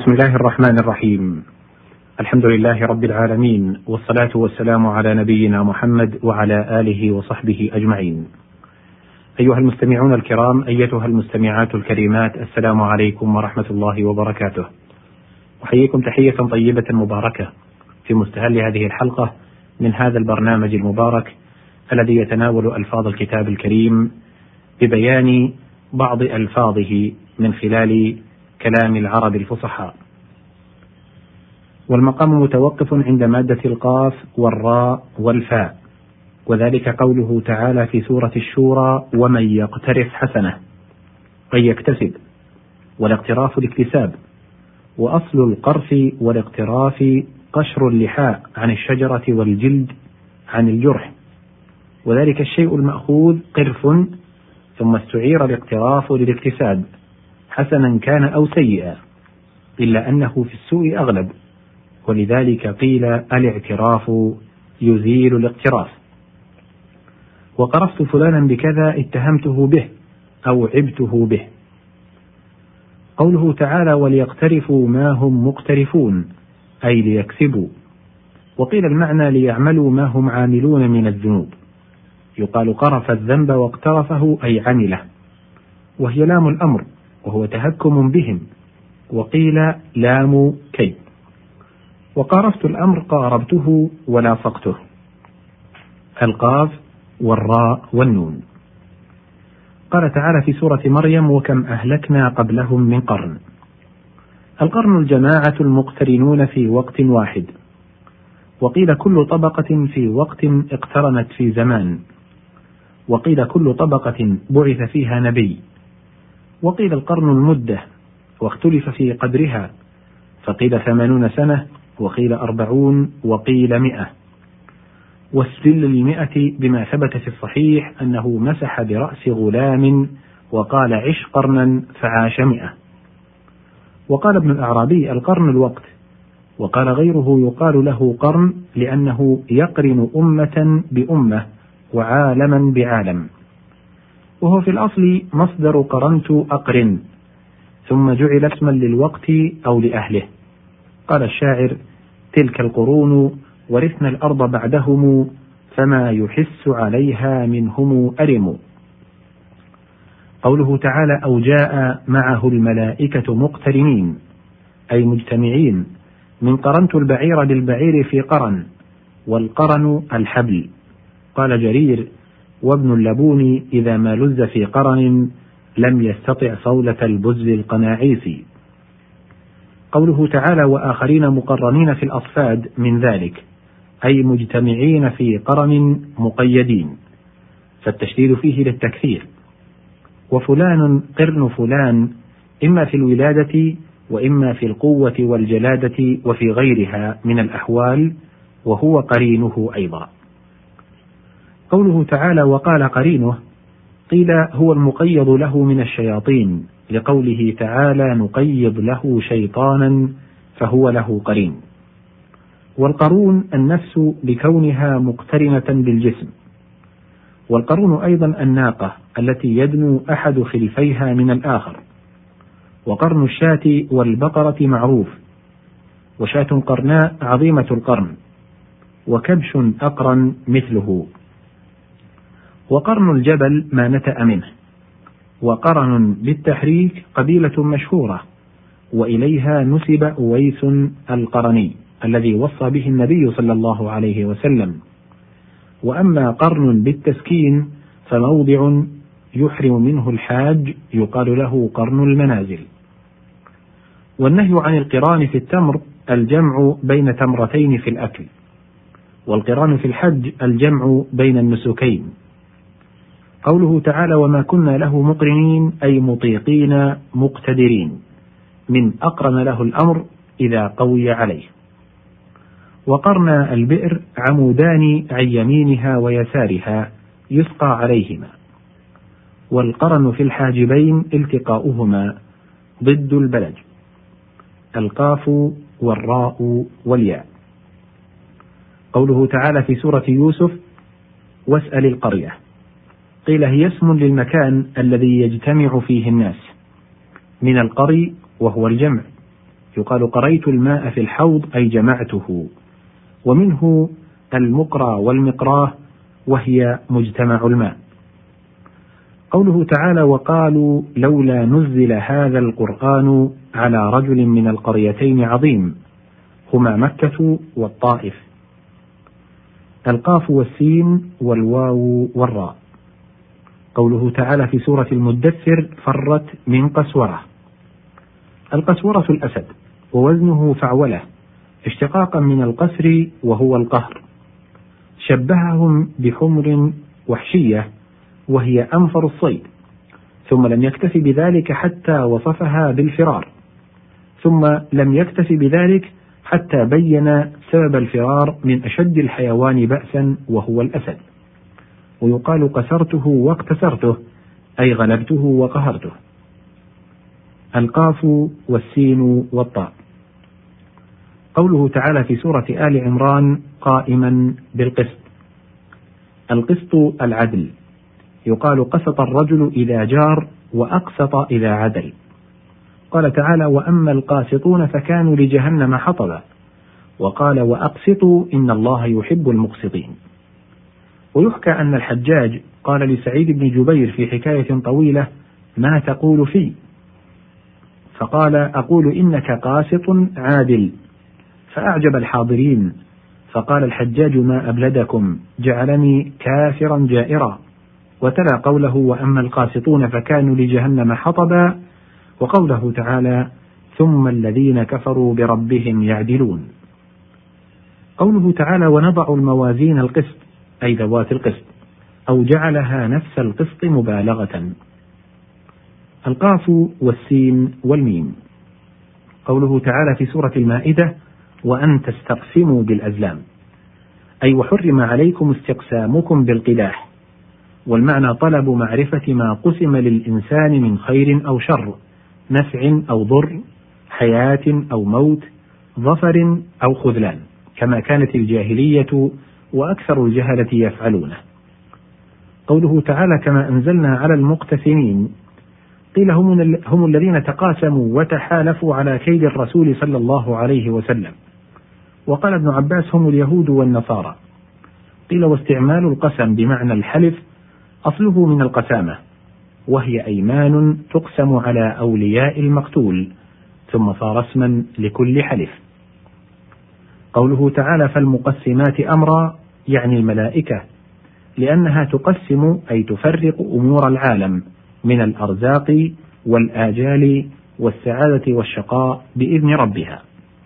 بسم الله الرحمن الرحيم. الحمد لله رب العالمين، والصلاة والسلام على نبينا محمد وعلى آله وصحبه أجمعين. أيها المستمعون الكرام، أيتها المستمعات الكريمات، السلام عليكم ورحمة الله وبركاته. أحييكم تحية طيبة مباركة في مستهل هذه الحلقة من هذا البرنامج المبارك الذي يتناول ألفاظ الكتاب الكريم ببيان بعض ألفاظه من خلال كلام العرب الفصحاء. والمقام متوقف عند مادة القاف والراء والفاء، وذلك قوله تعالى في سورة الشورى: ومن يقترف حسنة، أي يكتسب، والاقتراف الاكتساب، وأصل القرف والاقتراف قشر اللحاء عن الشجرة والجلد عن الجرح، وذلك الشيء المأخوذ قرف، ثم استعير الاقتراف للاكتساب حسنا كان أو سيئا، إلا أنه في السوء أغلب، ولذلك قيل الاعتراف يزيل الاقتراف. وقرفت فلانا بكذا اتهمته به أو عبته به. قوله تعالى: وليقترفوا ما هم مقترفون، أي ليكسبوا. وقيل المعنى ليعملوا ما هم عاملون من الذنوب. يقال قرف الذنب واقترفه أي عمله، وهي لام الأمر، وهو تهكم بهم. وقيل لام كي. وقارفت الأمر قاربته ولاصقته. القاف والراء والنون. قال تعالى في سورة مريم: وكم أهلكنا قبلهم من قرن. القرن الجماعة المقترنون في وقت واحد، وقيل كل طبقة في وقت اقترنت في زمان، وقيل كل طبقة بعث فيها نبي، وقيل القرن المدة، واختلف في قدرها، فقيل 80 سنة، وقيل 40، وقيل 100. واستدل 100 بما ثبت في الصحيح أنه مسح برأس غلام وقال: عش قرنا، فعاش 100. وقال ابن الأعرابي: القرن الوقت. وقال غيره: يقال له قرن لأنه يقرن أمة بأمة وعالما بعالم، وهو في الأصل مصدر قرنت أقرن، ثم جعل اسما للوقت أو لأهله. قال الشاعر: تلك القرون ورثنا الأرض بعدهم، فما يحس عليها منهم أرم. قوله تعالى: أو جاء معه الملائكة مقترنين، أي مجتمعين، من قرنت البعير بالبعير في قرن، والقرن الحبل. قال جرير: وابن اللبون إذا ما لز في قرن لم يستطع صولة البز القناعيس. قوله تعالى: وآخرين مقرنين في الأصفاد، من ذلك أي مجتمعين في قرن مقيدين، فالتشديد فيه للتكثير. وفلان قرن فلان، إما في الولادة وإما في القوة والجلادة وفي غيرها من الأحوال، وهو قرينه أيضا. قوله تعالى: وقال قرينه، قيل هو المقيض له من الشياطين، لقوله تعالى: نقيض له شيطانا فهو له قرين. والقرون النفس بكونها مقترنة بالجسم. والقرون أيضا الناقة التي يدنو أحد خلفيها من الآخر. وقرن الشاة والبقرة معروف، وشاة قرناء عظيمة القرن، وكبش أقرن مثله. وقرن الجبل ما نتأ منه. وقرن بالتحريك قبيلة مشهورة، وإليها نسب أويس القرني الذي وصى به النبي صلى الله عليه وسلم. وأما قرن بالتسكين فموضع يحرم منه الحاج، يقال له قرن المنازل. والنهي عن القران في التمر الجمع بين تمرتين في الأكل، والقران في الحج الجمع بين النسكين. قوله تعالى: وما كنا له مقرنين، أي مطيقين مقتدرين، من أقرن له الأمر إذا قوي عليه. وقرن البئر عمودان عن يمينها ويسارها يسقى عليهما. والقرن في الحاجبين التقاؤهما ضد البلج. القاف والراء والياء. قوله تعالى في سورة يوسف: واسأل القرية، قيل هي اسم للمكان الذي يجتمع فيه الناس، من القري وهو الجمع، يقال قريت الماء في الحوض أي جمعته. ومنه المقرى والمقراه وهي مجتمع الماء. قوله تعالى وقالوا لولا نزل هذا القرآن على رجل من القريتين عظيم هما مكة والطائف. القاف والسين والواو والراء. قوله تعالى في سورة المدثر فرت من قسورة. القسورة الأسد ووزنه فعولة اشتقاقا من القسر وهو القهر. شبههم بحمر وحشية وهي أنفر الصيد، ثم لم يكتف بذلك حتى وصفها بالفرار، ثم لم يكتف بذلك حتى بين سبب الفرار من أشد الحيوان بأسا وهو الأسد. ويقال قسرته واقتسرته أي غلبته وقهرته. القاف والسين والطاء. قوله تعالى في سورة آل عمران قائما بالقسط. القسط العدل. يقال قسط الرجل إذا جار وأقسط إذا عدل. قال تعالى وأما القاسطون فكانوا لجهنم حطبا. وقال وأقسطوا إن الله يحب المقسطين. ويحكى أن الحجاج قال لسعيد بن جبير في حكاية طويلة ما تقول في؟ فقال أقول إنك قاسط عادل. فأعجب الحاضرين، فقال الحجاج ما أبلدكم جعلني كافرا جائرا. وتلا قوله وأما القاسطون فكانوا لجهنم حطبا، وقوله تعالى ثم الذين كفروا بربهم يعدلون. قوله تعالى ونضع الموازين القسط أي ذوات القسط، أو جعلها نفس القسط مبالغة. القاف والسين والميم. قوله تعالى في سورة المائدة وأن تستقسموا بالأزلام، أي وحرم عليكم استقسامكم بالقداح. والمعنى طلب معرفة ما قسم للإنسان من خير أو شر، نفع أو ضر، حياة أو موت، ظفر أو خذلان، كما كانت الجاهلية وأكثر الجهلة يفعلونه. قوله تعالى كما أنزلنا على المقتسمين، قيل هم الذين تقاسموا وتحالفوا على كيد الرسول صلى الله عليه وسلم. وقال ابن عباس هم اليهود والنصارى. قيل واستعمال القسم بمعنى الحلف أصله من القسامة، وهي أيمان تقسم على أولياء المقتول، ثم صار اسما لكل حلف. قوله تعالى فالمقسمات أمرا يعني الملائكة، لأنها تقسم أي تفرق أمور العالم من الأرزاق والآجال والسعادة والشقاء بإذن ربها.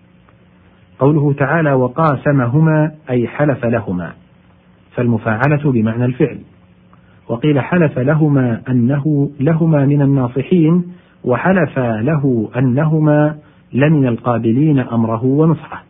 قوله تعالى وقاسمهما أي حلف لهما، فالمفاعلة بمعنى الفعل. وقيل حلف لهما أنه لهما من الناصحين، وحلف له أنهما لمن القابلين أمره ونصحه.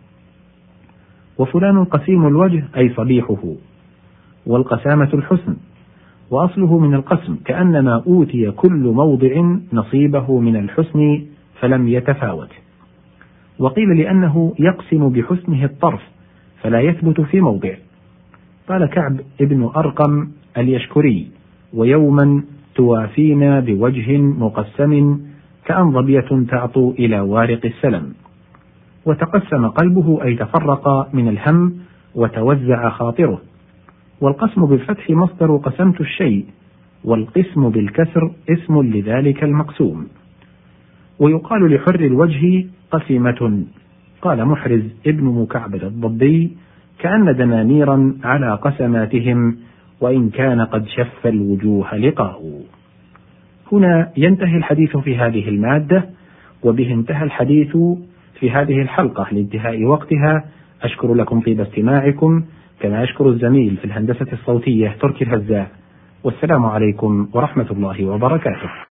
وفلان قسيم الوجه أي صبيحه، والقسامة الحسن، وأصله من القسم كأنما أوتي كل موضع نصيبه من الحسن فلم يتفاوت. وقيل لأنه يقسم بحسنه الطرف فلا يثبت في موضع. قال كعب ابن أرقم اليشكري ويوما توافينا بوجه مقسم كأن ظبية تعطو إلى وارق السلم. وتقسم قلبه أي تفرق من الهم وتوزع خاطره. والقسم بالفتح مصدر قسمت الشيء، والقسم بالكسر اسم لذلك المقسوم. ويقال لحر الوجه قسمة. قال محرز ابن مكعبل الضبي كأن دنانيرا على قسماتهم وإن كان قد شف الوجوه لقاء. هنا ينتهي الحديث في هذه المادة، وبه انتهى الحديث في هذه الحلقة لانتهاء وقتها. أشكر لكم طيب استماعكم، كما أشكر الزميل في الهندسة الصوتية تركي الهزاع. والسلام عليكم ورحمة الله وبركاته.